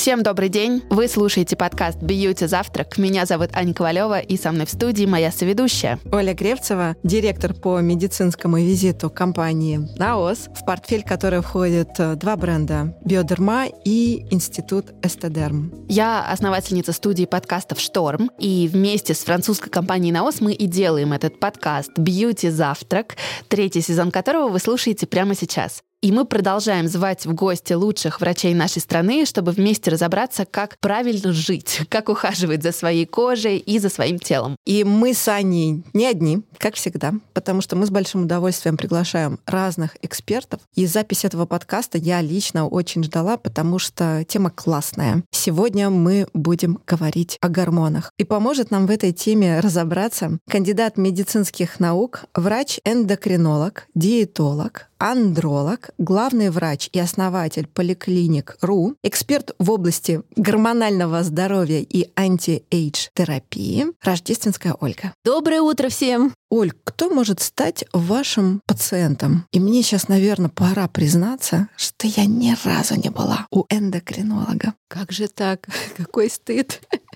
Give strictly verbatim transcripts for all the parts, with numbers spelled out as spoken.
Всем добрый день! Вы слушаете подкаст «Бьюти Завтрак». Меня зовут Аня Ковалева, и со мной в студии моя соведущая Оля Гревцева, директор по медицинскому визиту компании «Наос», в портфель которой входят два бренда «Биодерма» и Институт Эстедерм. Я основательница студии подкастов «Шторм», и вместе с французской компанией «Наос» мы и делаем этот подкаст «Бьюти Завтрак», третий сезон которого вы слушаете прямо сейчас. И мы продолжаем звать в гости лучших врачей нашей страны, чтобы вместе разобраться, как правильно жить, как ухаживать за своей кожей и за своим телом. И мы с Аней не одни, как всегда, потому что мы с большим удовольствием приглашаем разных экспертов. И запись этого подкаста я лично очень ждала, потому что тема классная. Сегодня мы будем говорить о гормонах. И поможет нам в этой теме разобраться кандидат медицинских наук, врач-эндокринолог, диетолог, андролог, главный врач и основатель поликлиник точка ру, эксперт в области гормонального здоровья и анти-эйдж-терапии, Рождественская Ольга. Доброе утро всем! Оль, кто может стать вашим пациентом? И мне сейчас, наверное, пора признаться, что я ни разу не была у эндокринолога. Как же так? Какой стыд!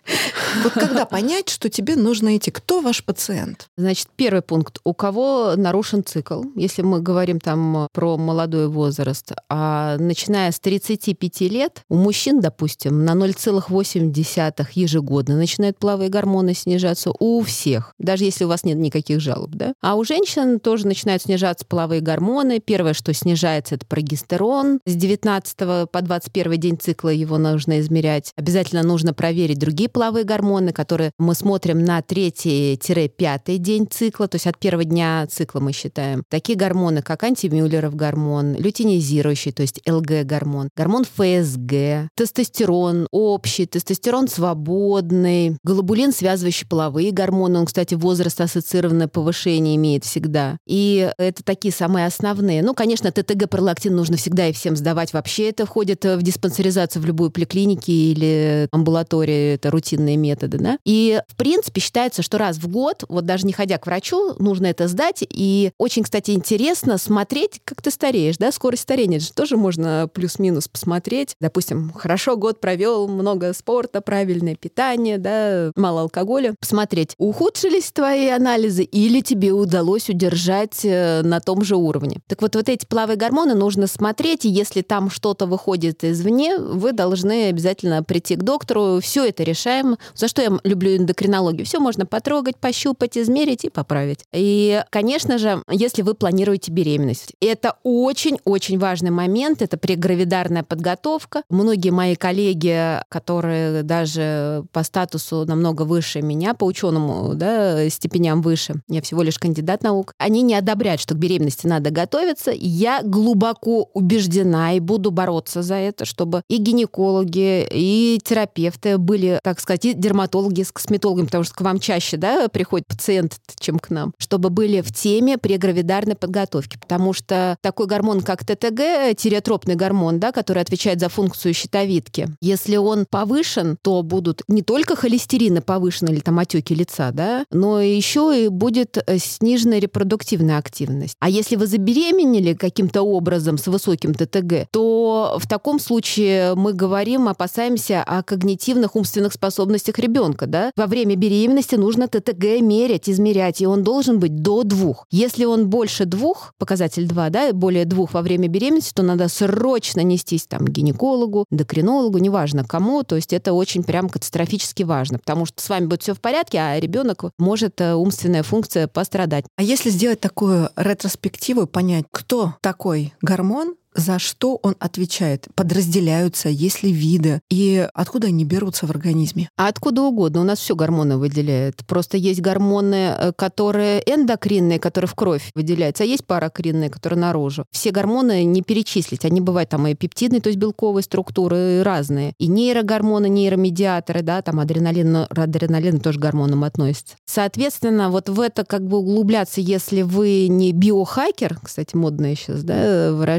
Вот когда понять, что тебе нужно идти? Кто ваш пациент? Значит, первый пункт. У кого нарушен цикл, если мы говорим там про молодой возраст, а начиная с тридцати пяти лет, у мужчин, допустим, на ноль целых восемь десятых ежегодно начинают половые гормоны снижаться у всех, даже если у вас нет никаких жалоб, да? А у женщин тоже начинают снижаться половые гормоны. Первое, что снижается, это прогестерон. С девятнадцатого по двадцать первый день цикла его нужно измерять. Обязательно нужно проверить другие половые гормоны, которые мы смотрим на третий-пятый день цикла, то есть от первого дня цикла мы считаем. Такие гормоны, как антимюллеров гормон, лютeinизирующий, то есть эл гэ-гормон, гормон эф эс гэ, тестостерон общий, тестостерон свободный, глобулин, связывающий половые гормоны. Он, кстати, возраст-ассоциированное повышение имеет всегда. И это такие самые основные. Ну, конечно, тэ тэ гэ, пролактин нужно всегда и всем сдавать. Вообще это входит в диспансеризацию в любой поликлинике или амбулатории. Это рутинные методы, да. И, в принципе, считается, что раз в год, вот даже не ходя к врачу, нужно это сдать. И очень, кстати, интересно смотреть, как ты стареешь, да, скорость старения. Это же тоже можно плюс-минус посмотреть. Допустим, хорошо год провел, много спорта, правильное питание, да, мало алкоголя. Посмотреть, ухудшились твои анализы или тебе удалось удержать на том же уровне. Так вот, вот эти половые гормоны нужно смотреть, и если там что-то выходит извне, вы должны обязательно прийти к доктору, все это решаем. За что я люблю эндокринологию? Все можно потрогать, пощупать, измерить и поправить. И, конечно же, если вы планируете беременность, это очень-очень важный момент, это прегравидарная подготовка. Многие мои коллеги, которые даже по статусу намного выше меня, по ученому, да, степеням выше, я всего лишь кандидат наук, они не одобряют, что к беременности надо готовиться. Я глубоко убеждена и буду бороться за это, чтобы и гинекологи, и терапевты были, так сказать, и дерматологи с косметологами, потому что к вам чаще, да, приходят пациенты, чем к нам, чтобы были в теме прегравидарной подготовки, потому что такой гормон, как тэ тэ гэ, тиреотропный гормон, да, который отвечает за функцию щитовидки, если он повышен, то будут не только холестерины повышены или там отеки лица, да, но еще и будет снижена репродуктивная активность. А если вы забеременели каким-то образом с высоким тэ тэ гэ, то в таком случае мы говорим, опасаемся о когнитивных умственных способностях ребенка, да. Во время беременности нужно тэ тэ гэ мерять, измерять, и он должен быть до двух. Если он больше двух, показатель два, да, более двух во время беременности, то надо срочно нестись там к гинекологу, эндокринологу, неважно кому, то есть это очень прям катастрофически важно, потому что с вами будет все в порядке, а ребенок может умственная функция пострадать. А если сделать такую ретроспективу и понять, кто такой гормон, за что он отвечает? Подразделяются, есть ли виды? И откуда они берутся в организме? А откуда угодно. У нас все гормоны выделяют. Просто есть гормоны, которые эндокринные, которые в кровь выделяются, а есть паракринные, которые наружу. Все гормоны не перечислить. Они бывают там и пептидные, то есть белковые структуры разные. И нейрогормоны, нейромедиаторы, да, там адреналин, но адреналин тоже к гормонам относится. Соответственно, вот в это как бы углубляться, если вы не биохакер, кстати, модное сейчас, да, выражение, я их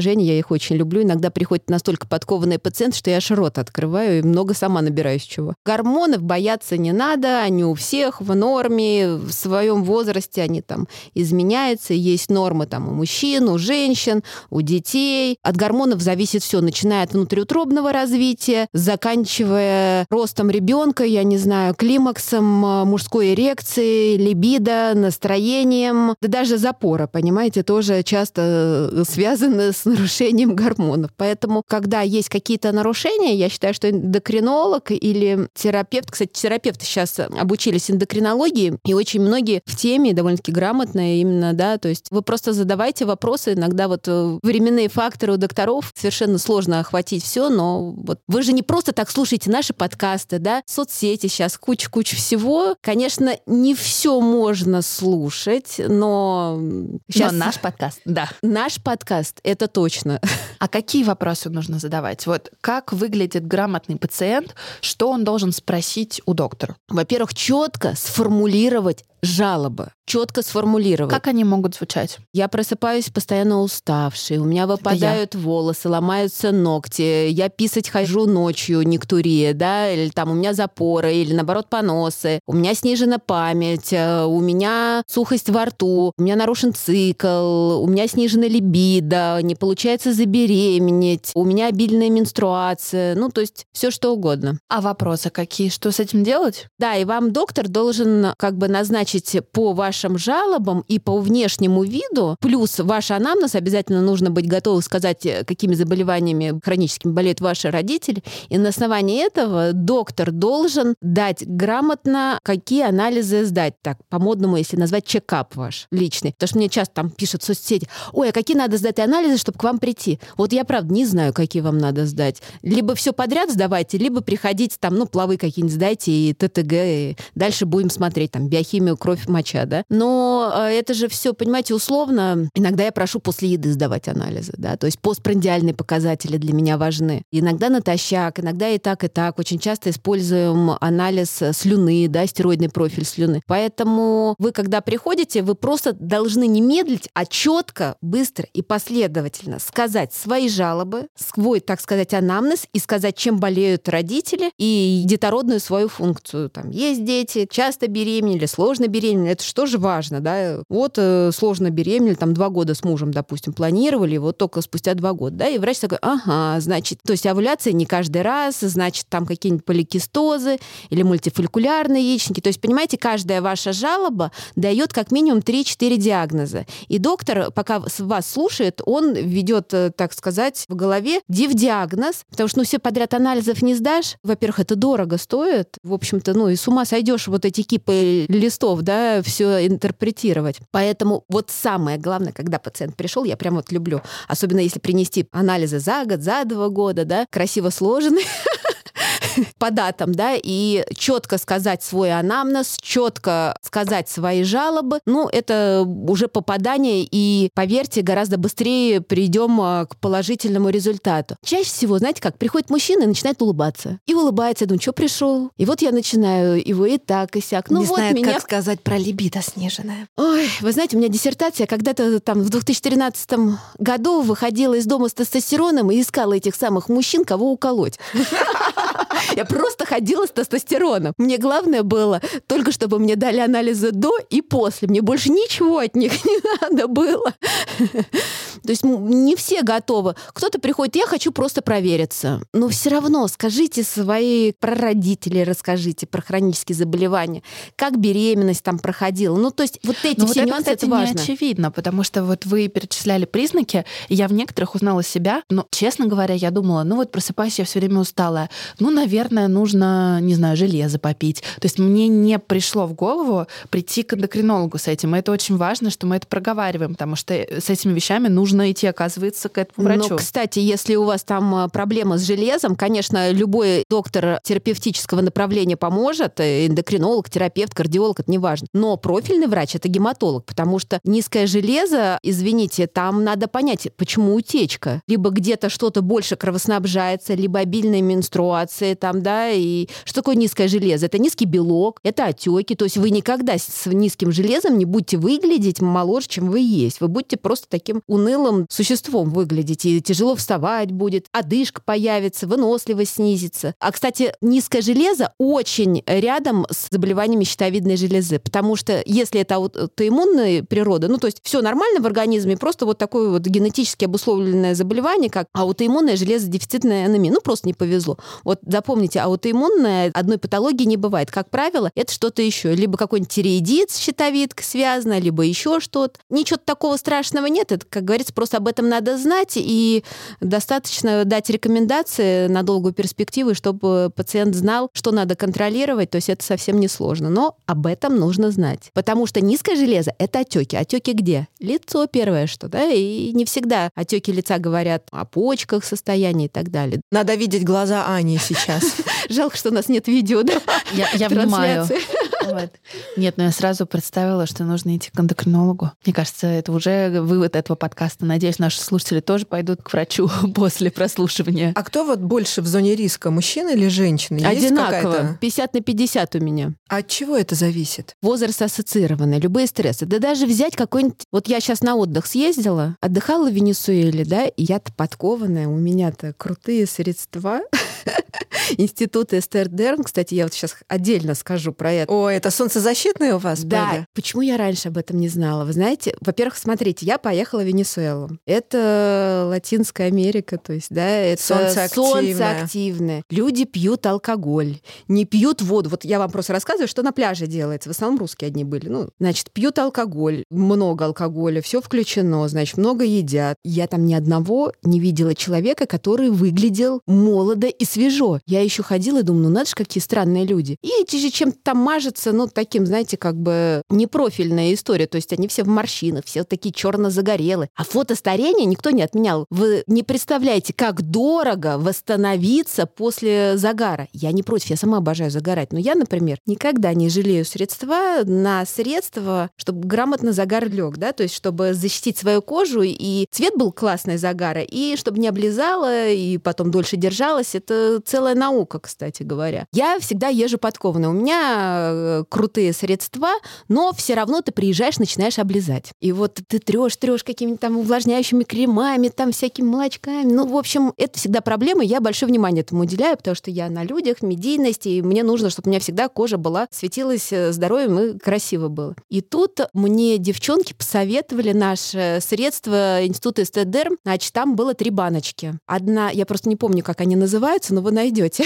их очень люблю. Иногда приходят настолько подкованные пациенты, что я аж рот открываю и много сама набираюсь чего. Гормонов бояться не надо, они у всех в норме, в своем возрасте они там изменяются, есть нормы там у мужчин, у женщин, у детей. От гормонов зависит все, начиная от внутриутробного развития, заканчивая ростом ребенка, я не знаю, климаксом, мужской эрекцией, либидо, настроением, да даже запора, понимаете, тоже часто связаны с нарушением гормонов. Поэтому, когда есть какие-то нарушения, я считаю, что эндокринолог или терапевт, кстати, терапевты сейчас обучились эндокринологии, и очень многие в теме, довольно-таки грамотные именно, да, то есть вы просто задавайте вопросы, иногда вот временные факторы у докторов, совершенно сложно охватить все, но вот вы же не просто так слушаете наши подкасты, да, соцсети сейчас, куча-куча всего. Конечно, не все можно слушать, но сейчас... Но наш подкаст, да. Наш подкаст, это точно. А какие вопросы нужно задавать? Вот как выглядит грамотный пациент, что он должен спросить у доктора? Во-первых, четко сформулировать жалобы. Четко сформулировать. Как они могут звучать? Я просыпаюсь постоянно уставшей, у меня выпадают волосы, ломаются ногти, я писать хожу ночью, нектурия, да, или там у меня запоры, или наоборот поносы, у меня снижена память, у меня сухость во рту, у меня нарушен цикл, у меня снижена либидо, не получается забеременеть, у меня обильная менструация, ну, то есть все что угодно. А вопросы какие? Что с этим делать? Да, и вам доктор должен как бы назначить по вашим жалобам и по внешнему виду, плюс ваш анамнез, обязательно нужно быть готовым сказать, какими заболеваниями хроническими болеют ваши родители, и на основании этого доктор должен дать грамотно, какие анализы сдать. Так, по-модному, если назвать чекап ваш личный. Потому что мне часто там пишут в соцсети: ой, а какие надо сдать анализы, чтобы к вам прийти? Вот я, правда, не знаю, какие вам надо сдать. Либо все подряд сдавайте, либо приходите там, ну, плавы какие-нибудь сдайте, и ТТГ, и дальше будем смотреть там биохимию, кровь, моча, да. Но это же все, понимаете, условно. Иногда я прошу после еды сдавать анализы, да, то есть постпрандиальные показатели для меня важны. Иногда натощак, иногда и так, и так. Очень часто используем анализ слюны, да, стероидный профиль слюны. Поэтому вы, когда приходите, вы просто должны не медлить, а четко, быстро и последовательно сказать свои жалобы, свой, так сказать, анамнез и сказать, чем болеют родители, и детородную свою функцию. Там есть дети, часто беременели, сложно беременели, это что же важно, да? Вот э, сложно беременели, там два года с мужем, допустим, планировали, вот только спустя два года, да, и врач такой: ага, значит, то есть овуляция не каждый раз, значит, там какие-нибудь поликистозы или мультифолликулярные яичники, то есть, понимаете, каждая ваша жалоба дает как минимум три-четыре диагноза, и доктор, пока вас слушает, он ведет, так сказать, в голове див-диагноз, потому что, ну, все подряд анализов не сдашь, во-первых, это дорого стоит, в общем-то, ну, и с ума сойдешь вот эти кипы листов, да, все интерпретировать. Поэтому вот самое главное, когда пациент пришел, я прям вот люблю, особенно если принести анализы за год, за два года, да, красиво сложенные, по датам, да, и четко сказать свой анамнез, четко сказать свои жалобы, ну, это уже попадание, и, поверьте, гораздо быстрее придем к положительному результату. Чаще всего, знаете как, приходит мужчина и начинает улыбаться. И улыбается, я думаю, что пришел? И вот я начинаю его и так, и сяк. Ну, не вот знает, меня... как сказать про либидо сниженное. Ой, вы знаете, у меня диссертация когда-то там в две тысячи тринадцатом году выходила из дома с тестостероном и искала этих самых мужчин, кого уколоть. Я просто ходила с тестостероном. Мне главное было только, чтобы мне дали анализы до и после. Мне больше ничего от них не надо было. То есть не все готовы. Кто-то приходит: я хочу просто провериться. Но все равно скажите свои прародители, расскажите про хронические заболевания, как беременность там проходила. Ну, то есть вот эти Но все вот нюансы, это, кстати, это важно. Не очевидно, потому что вот вы перечисляли признаки, и я в некоторых узнала себя, но, честно говоря, я думала, ну вот просыпаюсь, я все время усталая. Ну, наверное, нужно, не знаю, железо попить. То есть мне не пришло в голову прийти к эндокринологу с этим. И это очень важно, что мы это проговариваем, потому что с этими вещами нужно идти, оказывается, к этому врачу. Ну, кстати, если у вас там проблема с железом, конечно, любой доктор терапевтического направления поможет, эндокринолог, терапевт, кардиолог, это не важно. Но профильный врач — это гематолог, потому что низкое железо, извините, там надо понять, почему утечка. Либо где-то что-то больше кровоснабжается, либо обильная менструация, там, да, и что такое низкое железо? Это низкий белок, это отеки, то есть вы никогда с низким железом не будете выглядеть моложе, чем вы есть. Вы будете просто таким унылым существом выглядеть, и тяжело вставать будет, одышка появится, выносливость снизится. А, кстати, низкое железо очень рядом с заболеваниями щитовидной железы, потому что если это аутоиммунная природа, ну, то есть все нормально в организме, просто вот такое вот генетически обусловленное заболевание, как аутоиммунная железодефицитная анемия. Ну, просто не повезло. Вот запомните, аутоиммунная одной патологии не бывает. Как правило, это что-то еще. Либо какой-нибудь тиреоидит с щитовидкой связано, либо еще что-то. Ничего такого страшного нет. Это, как говорится, просто об этом надо знать, и достаточно дать рекомендации на долгую перспективу, чтобы пациент знал, что надо контролировать. То есть это совсем не сложно. Но об этом нужно знать. Потому что низкое железо — это отеки. Отеки где? Лицо первое что, да? И не всегда отеки лица говорят о почках, состоянии и так далее. Надо видеть глаза Ани сейчас. Жалко, что у нас нет видео, да? Я, я внимаю. Вот. Нет, но я сразу представила, что нужно идти к эндокринологу. Мне кажется, это уже вывод этого подкаста. Надеюсь, наши слушатели тоже пойдут к врачу после прослушивания. А кто вот больше в зоне риска, мужчина или женщина? Есть одинаково. какая-то? пятьдесят на пятьдесят у меня. А от чего это зависит? Возраст ассоциированный, любые стрессы. Да даже взять какой-нибудь... Вот я сейчас на отдых съездила, отдыхала в Венесуэле, да, и я-то подкованная, у меня-то крутые средства. Институт Эстер Дерн, кстати, я вот сейчас отдельно скажу про это. О, это солнцезащитные у вас Да. были? Почему я раньше об этом не знала? Вы знаете, во-первых, смотрите, я поехала в Венесуэлу. Это Латинская Америка, то есть, да, это Солнцеактивная. солнцеактивное. Люди пьют алкоголь, не пьют воду. Вот я вам просто рассказываю, что на пляже делается. В основном русские одни были. Ну, значит, пьют алкоголь, много алкоголя, все включено, значит, много едят. Я там ни одного не видела человека, который выглядел молодо и свежо. Я еще ходила и думаю, ну надо же, какие странные люди. И эти же чем-то там мажутся, ну, таким, знаете, как бы непрофильная история. То есть они все в морщинах, все такие черно-загорелые. А фотостарение никто не отменял. Вы не представляете, как дорого восстановиться после загара. Я не против, я сама обожаю загорать. Но я, например, никогда не жалею средства на средства, чтобы грамотно загар лег, да, то есть чтобы защитить свою кожу, и цвет был классный загара, и чтобы не облизала, и потом дольше держалась. Это целая наука, кстати говоря. Я всегда езжу подкованная. У меня крутые средства, но все равно ты приезжаешь, начинаешь облизать. И вот ты трешь, трешь какими-то там увлажняющими кремами, там всякими молочками. Ну, в общем, это всегда проблема. Я большое внимание этому уделяю, потому что я на людях, медийности, и мне нужно, чтобы у меня всегда кожа была, светилась здоровьем и красиво было. И тут мне девчонки посоветовали наше средство Института Эстедерм. Значит, там было три баночки. Одна, я просто не помню, как они называются, но вы найдете.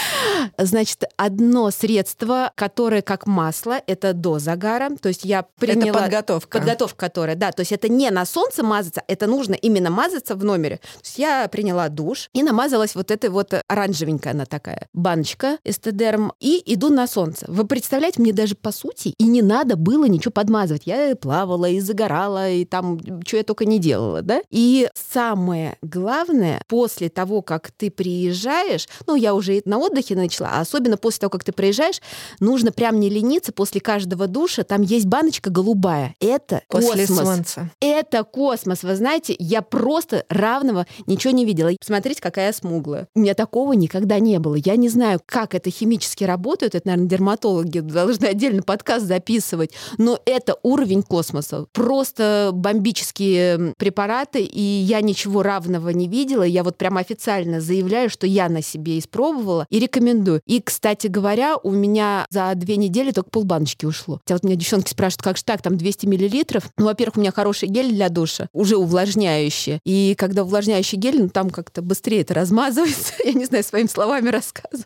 Значит, одно средство, которое как масло, это до загара. То есть я приняла... Это подготовка. Подготовка, которая, да. То есть это не на солнце мазаться, это нужно именно мазаться в номере. То есть я приняла душ и намазалась вот этой вот оранжевенькая она такая баночка Эстедерм и иду на солнце. Вы представляете, мне даже по сути и не надо было ничего подмазывать. Я плавала и загорала, и там что я только не делала, да. И самое главное, после того, как ты приезжаешь, ну, я уже на отдыхе начала, а особенно после того, как ты приезжаешь, нужно прям не лениться, после каждого душа там есть баночка голубая. Это после космос. солнца. Это космос. Вы знаете, я просто равного ничего не видела. Посмотрите, какая я смуглая. У меня такого никогда не было. Я не знаю, как это химически работает. Это, наверное, дерматологи должны отдельно подкаст записывать. Но это уровень космоса. Просто бомбические препараты, и я ничего равного не видела. Я вот прям официально заявляю, что я на себе испробовала и рекомендую. И, кстати говоря, у меня за две недели только полбаночки ушло. Хотя вот меня девчонки спрашивают, как же так, там двести миллилитров. Ну, во-первых, у меня хороший гель для душа, уже увлажняющий. И когда увлажняющий гель, ну, там как-то быстрее это размазывается. Я не знаю, своими словами рассказываю.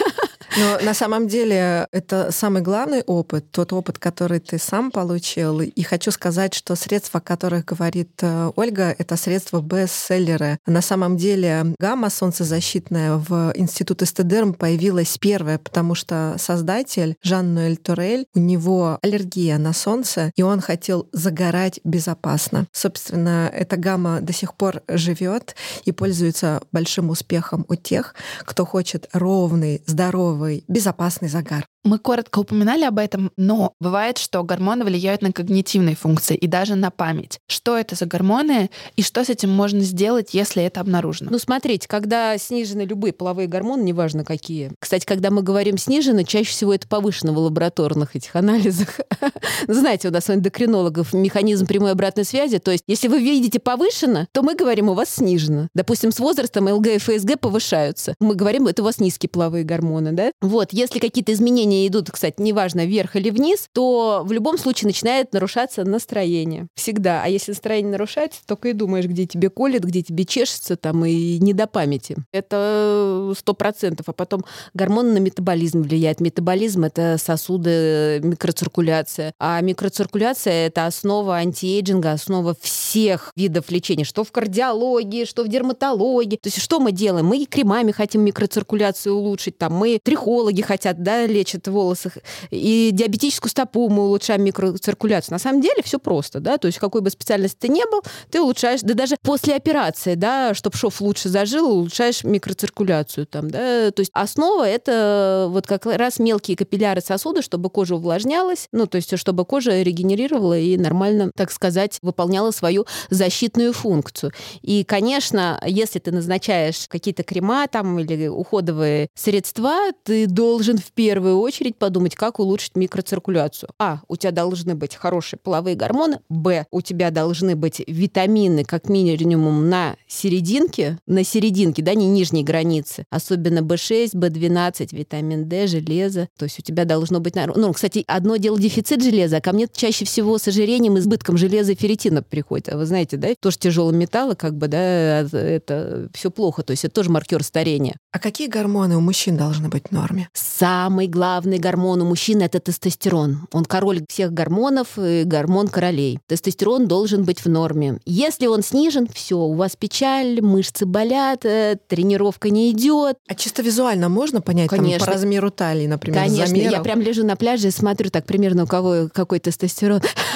Но на самом деле это самый главный опыт, тот опыт, который ты сам получил. И хочу сказать, что средства, о которых говорит Ольга, это средства бестселлеры. На самом деле гамма солнцезащитная в Институте Эстедерм появилась первая, потому что создатель Жан-Ноэль Турель, у него аллергия на солнце, и он хотел загорать безопасно. Собственно, эта гамма до сих пор живет и пользуется большим успехом у тех, кто хочет ровный, здоровый, безопасный загар. Мы коротко упоминали об этом, но бывает, что гормоны влияют на когнитивные функции и даже на память. Что это за гормоны и что с этим можно сделать, если это обнаружено? Ну, смотрите, когда снижены любые половые гормоны, неважно какие. Кстати, когда мы говорим снижены, чаще всего это повышено в лабораторных этих анализах. Знаете, у нас у эндокринологов механизм прямой обратной связи. То есть, если вы видите повышено, то мы говорим, у вас снижено. Допустим, с возрастом эл гэ и эф эс гэ повышаются. Мы говорим, это у вас низкие половые гормоны, да? Вот, если какие-то изменения идут, кстати, неважно, вверх или вниз, то в любом случае начинает нарушаться настроение. Всегда. А если настроение нарушается, только и думаешь, где тебе колет, где тебе чешется, там, и не до памяти. Это сто процентов. А потом гормон на метаболизм влияет. Метаболизм — это сосуды, микроциркуляция. А микроциркуляция — это основа антиэйджинга, основа всех видов лечения. Что в кардиологии, что в дерматологии. То есть что мы делаем? Мы и кремами хотим микроциркуляцию улучшить. Там, мы трихологи хотят, да, лечат волосы. И диабетическую стопу мы улучшаем микроциркуляцию. На самом деле все просто, да. То есть какой бы специальности ты ни был, ты улучшаешь, да даже после операции, да, чтобы шов лучше зажил, улучшаешь микроциркуляцию там, да. То есть основа — это вот как раз мелкие капилляры сосуды, чтобы кожа увлажнялась, ну, то есть чтобы кожа регенерировала и нормально, так сказать, выполняла свою защитную функцию. И, конечно, если ты назначаешь какие-то крема там или уходовые средства, ты должен в первую очередь подумать, как улучшить микроциркуляцию. А, у тебя должны быть хорошие половые гормоны. Б, у тебя должны быть витамины как минимум на серединке, на серединке, да, не нижней границе. Особенно бэ шесть, бэ двенадцать, витамин дэ, железо. То есть у тебя должно быть... Ну, кстати, одно дело дефицит железа, а ко мне чаще всего с ожирением, избытком железа и ферритина приходит. А вы знаете, да, тоже тяжелые металлы, как бы, да, это все плохо. То есть это тоже маркер старения. А какие гормоны у мужчин должны быть в норме? Самый главный гормон у мужчин — это тестостерон. Он король всех гормонов и гормон королей. Тестостерон должен быть в норме. Если он снижен, все, у вас печаль, мышцы болят, тренировка не идет. А чисто визуально можно понять, там, по размеру талии, например, Конечно, замеров? Я прям лежу на пляже и смотрю так примерно, у кого какой тестостерон.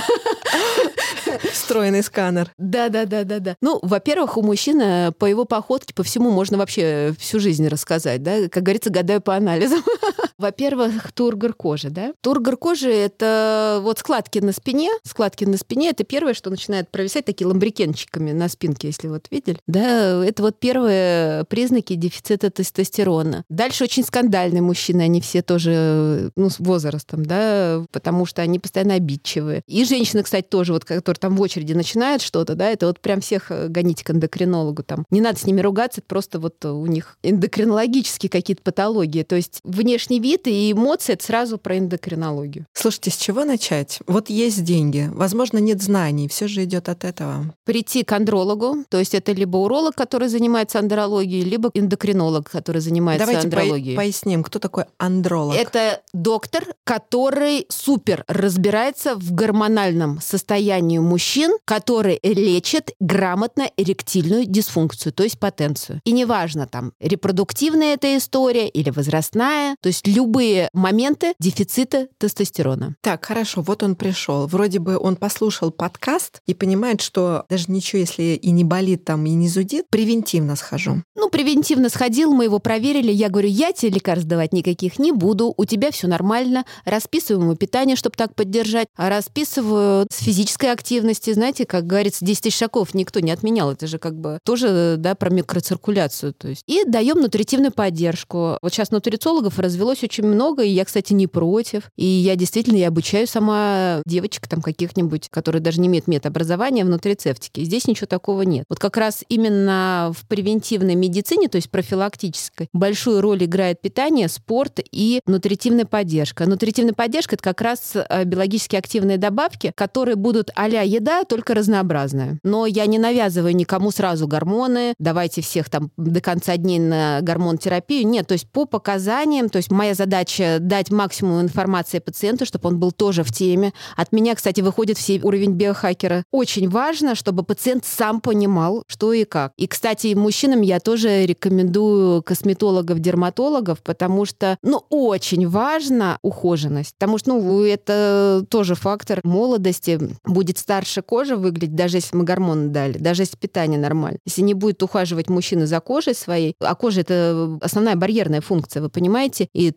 Встроенный сканер. Да-да-да-да-да. Ну, во-первых, у мужчины по его походке, по всему можно вообще всю жизнь рассказать, да, как говорится, гадаю по анализам. Во-первых, тургор кожи, да. Тургор кожи — это вот складки на спине. Складки на спине — это первое, что начинает провисать такие ламбрикенчиками на спинке, если вот видели. Да, это вот первые признаки дефицита тестостерона. Дальше очень скандальные мужчины, они все тоже, ну, с возрастом, да, потому что они постоянно обидчивые. И женщины, кстати, тоже, вот, которые там в очереди начинают что-то, да, это вот прям всех гонить к эндокринологу там. Не надо с ними ругаться, это просто вот у них эндокринологические какие-то патологии. То есть внешний вид и эмоции — это сразу про эндокринологию. Слушайте, с чего начать? Вот есть деньги, возможно, нет знаний, все же идет от этого. Прийти к андрологу, то есть это либо уролог, который занимается андрологией, либо эндокринолог, который занимается Давайте андрологией. Давайте поясним, кто такой андролог. Это доктор, который супер разбирается в гормональном состоянии мужчин, который лечит грамотно эректильную дисфункцию, то есть потенцию. И неважно, там, репродуктивная эта история или возрастная, то есть любые моменты дефицита тестостерона. Так, хорошо, вот он пришел. Вроде бы он послушал подкаст и понимает, что даже ничего, если и не болит там, и не зудит, превентивно схожу. Ну, превентивно сходил, мы его проверили. Я говорю, я тебе лекарств давать никаких не буду, у тебя все нормально. Расписываю ему питание, чтобы так поддержать. А расписываю с физической активности. Знаете, как говорится, десять тысяч шагов никто не отменял. Это же как бы тоже, да, про микроциркуляцию. То есть. И даем нутритивную поддержку. Вот сейчас нутрициологов развелось очень много, и я, кстати, не против. И я действительно я обучаю сама девочек там каких-нибудь, которые даже не имеют медобразования в нутрицептике. Здесь ничего такого нет. Вот как раз именно в превентивной медицине, то есть профилактической, большую роль играет питание, спорт и нутритивная поддержка. Нутритивная поддержка — это как раз биологически активные добавки, которые будут а-ля еда, только разнообразная. Но я не навязываю никому сразу гормоны, давайте всех там до конца дней на гормонотерапию. Нет, то есть по показаниям, то есть моя задача дать максимум информации пациенту, чтобы он был тоже в теме. От меня, кстати, выходит все уровень биохакера. Очень важно, чтобы пациент сам понимал, что и как. И, кстати, мужчинам я тоже рекомендую косметологов, дерматологов, потому что, ну, очень важна ухоженность. Потому что, ну, это тоже фактор молодости. Будет старше кожа выглядеть, даже если мы гормоны дали, даже если питание нормально. Если не будет ухаживать мужчина за кожей своей, а кожа — это основная барьерная функция, вы понимаете, и то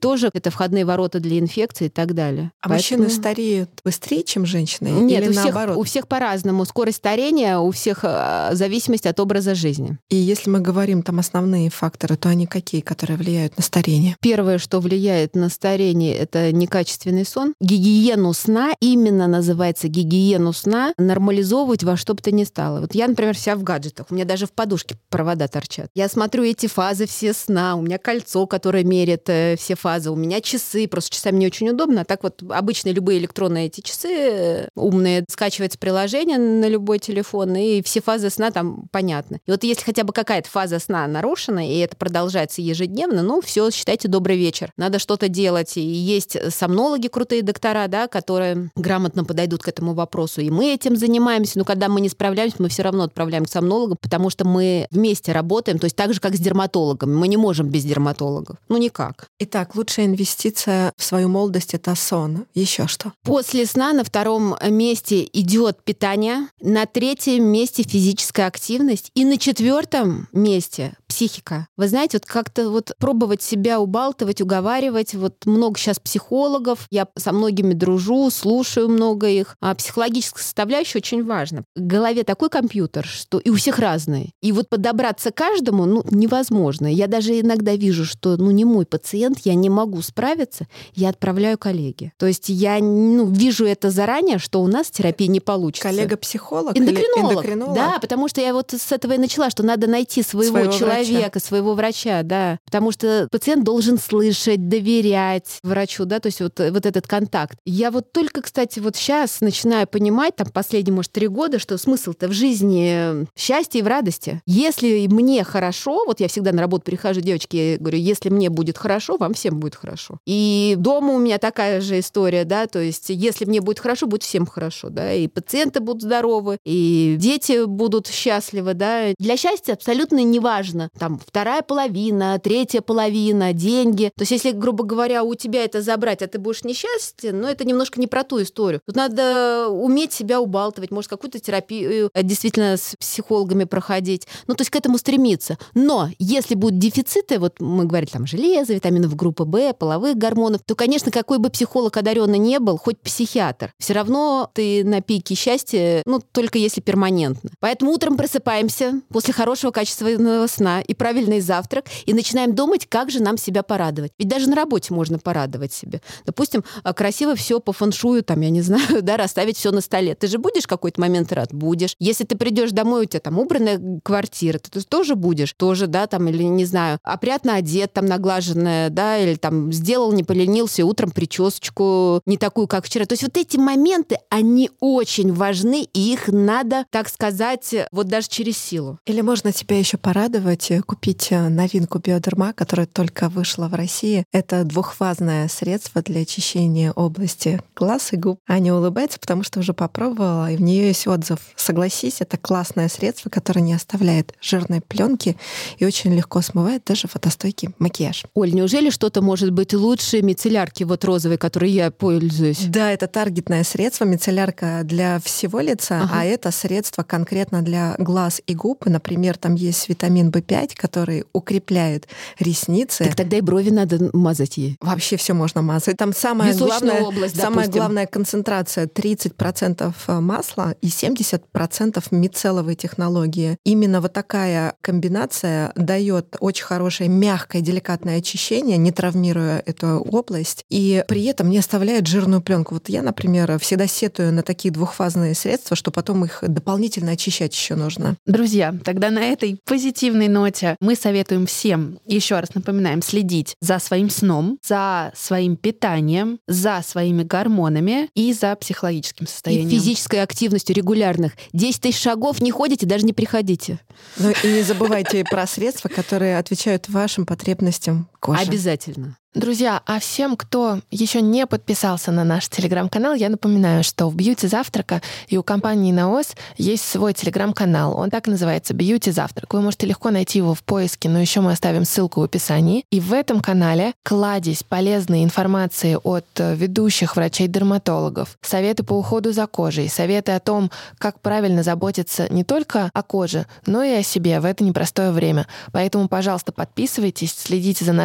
тоже это входные ворота для инфекций и так далее. А Поэтому... мужчины стареют быстрее, чем женщины? Нет, или у всех, наоборот? у всех по-разному. Скорость старения у всех в зависимости от образа жизни. И если мы говорим там основные факторы, то они какие, которые влияют на старение? Первое, что влияет на старение, это некачественный сон. Гигиену сна, именно называется гигиену сна, нормализовывать во что бы то ни стало. Вот я, например, вся в гаджетах. У меня даже в подушке провода торчат. Я смотрю эти фазы все сна. У меня кольцо, которое меряет э, все фазы. У меня часы. Просто часами не очень удобно. А так вот обычные любые электронные эти часы э, умные. Скачивается приложение на любой телефон, и все фазы сна там понятны. И вот если хотя бы какая-то фаза сна нарушена, и это продолжается ежедневно, ну все, считайте, добрый вечер. Надо что-то делать. И есть сомнологи, крутые доктора, да, которые грамотно подойдут к этому вопросу. И мы этим занимаемся. Но когда мы не справляемся, мы все равно отправляем к сомнологам, потому что мы вместе работаем, то есть так же, как с дерматологами. Мы не можем без дерматологов. Ну, никак. Итак, лучшая инвестиция в свою молодость — это сон. Еще что? После сна на втором месте идет питание, на третьем месте физическая активность и на четвертом месте психика. Вы знаете, вот как-то вот пробовать себя убалтывать, уговаривать. Вот много сейчас психологов, я со многими дружу, слушаю много их. А психологическая составляющая очень важна. В голове такой компьютер, что и у всех разные. И вот подобраться каждому, ну, невозможно. Я даже иногда вижу, что, ну, не мой пациент, я не могу справиться, я отправляю коллеге. То есть я, ну, вижу это заранее, что у нас терапия не получится. Коллега-психолог? Эндокринолог. Или эндокринолог? Да, потому что я вот с этого и начала, что надо найти своего, своего человека, врача. своего врача, да. Потому что пациент должен слышать, доверять врачу, да, то есть вот, вот этот контакт. Я вот только, кстати, вот сейчас начинаю понимать, там, последние, может, три года, что смысл-то в жизни счастье и в радости. Если мне хорошо, вот я всегда на работу прихожу, девочки, говорю, если мне будет хорошо, вам всем будет хорошо. И дома у меня такая же история, да, то есть если мне будет хорошо, будет всем хорошо, да, и пациенты будут здоровы, и дети будут счастливы, да. Для счастья абсолютно неважно, там, вторая половина, третья половина, деньги. То есть если, грубо говоря, у тебя это забрать, а ты будешь несчастен, ну, это немножко не про ту историю. Тут надо уметь себя убалтывать, может, какую-то терапию действительно с психологами проходить. Ну, то есть к этому стремиться. Но если будут дефициты, вот мы говорили, там, железа, витаминов группы В, половых гормонов, то, конечно, какой бы психолог одаренный не был, хоть психиатр, все равно ты на пике счастья, ну, только если перманентно. Поэтому утром просыпаемся после хорошего качественного сна и правильный завтрак, и начинаем думать, как же нам себя порадовать. Ведь даже на работе можно порадовать себя. Допустим, красиво все по фэншую, там, я не знаю, да, расставить все на столе. Ты же будешь в какой-то момент рад? Будешь. Если ты придешь домой, у тебя там убранная квартира, ты тоже будешь, тоже, да, там, или, не знаю, опрятно одет, там, наглаженная, да, или там сделал, не поленился, утром причесочку не такую, как вчера. То есть вот эти моменты, они очень важны, и их надо, так сказать, вот даже через силу. Или можно тебя еще порадовать, купить новинку Биодерма, которая только вышла в России. Это двухфазное средство для очищения области глаз и губ. Аня улыбается, потому что уже попробовала, и в нее есть отзыв. Согласись, это классное средство, которое не оставляет жирной пленки и очень легко смывает даже фотостойкий макияж. Оль, неужели что-то может быть лучше мицеллярки вот розовой, которой я пользуюсь? Да, это таргетное средство, мицеллярка для всего лица, ага. А это средство конкретно для глаз и губ. И, например, там есть витамин бэ пять, который укрепляет ресницы. Так тогда и брови надо мазать ей. Вообще все можно мазать. Там самая, главная, область, самая главная концентрация тридцать процентов масла и семьдесят процентов мицелловой технологии. Именно вот такая комбинация дает очень хорошее мягкое, деликатное очищение, не травмируя эту область, и при этом не оставляет жирную пленку. Вот я, например, всегда сетую на такие двухфазные средства, что потом их дополнительно очищать еще нужно. Друзья, тогда на этой позитивной ноте мы советуем всем, еще раз напоминаем, следить за своим сном, за своим питанием, за своими гормонами и за психологическим состоянием. И физической активностью регулярных. десять тысяч шагов не ходите, даже не приходите. Ну и не забывайте про средства, которые отвечают вашим потребностям кожи. Обязательно. Друзья, а всем, кто еще не подписался на наш телеграм-канал, я напоминаю, что в Бьюти Завтрака и у компании Наос есть свой телеграм-канал. Он так и называется Бьюти Завтрак. Вы можете легко найти его в поиске, но еще мы оставим ссылку в описании. И в этом канале кладезь полезной информации от ведущих врачей-дерматологов, советы по уходу за кожей, советы о том, как правильно заботиться не только о коже, но и о себе в это непростое время. Поэтому, пожалуйста, подписывайтесь, следите за нашим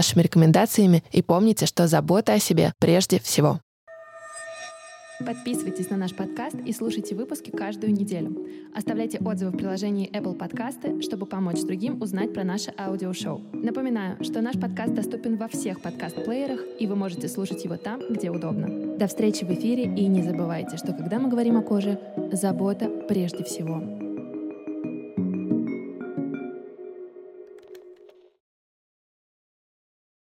нашими рекомендациями и помните, что забота о себе прежде всего. Подписывайтесь на наш подкаст и слушайте выпуски каждую неделю. Оставляйте отзывы в приложении Apple Podcasts, чтобы помочь другим узнать про наше аудиошоу. Напоминаю, что наш подкаст доступен во всех подкаст-плеерах, и вы можете слушать его там, где удобно. До встречи в эфире, и не забывайте, что когда мы говорим о коже, забота прежде всего.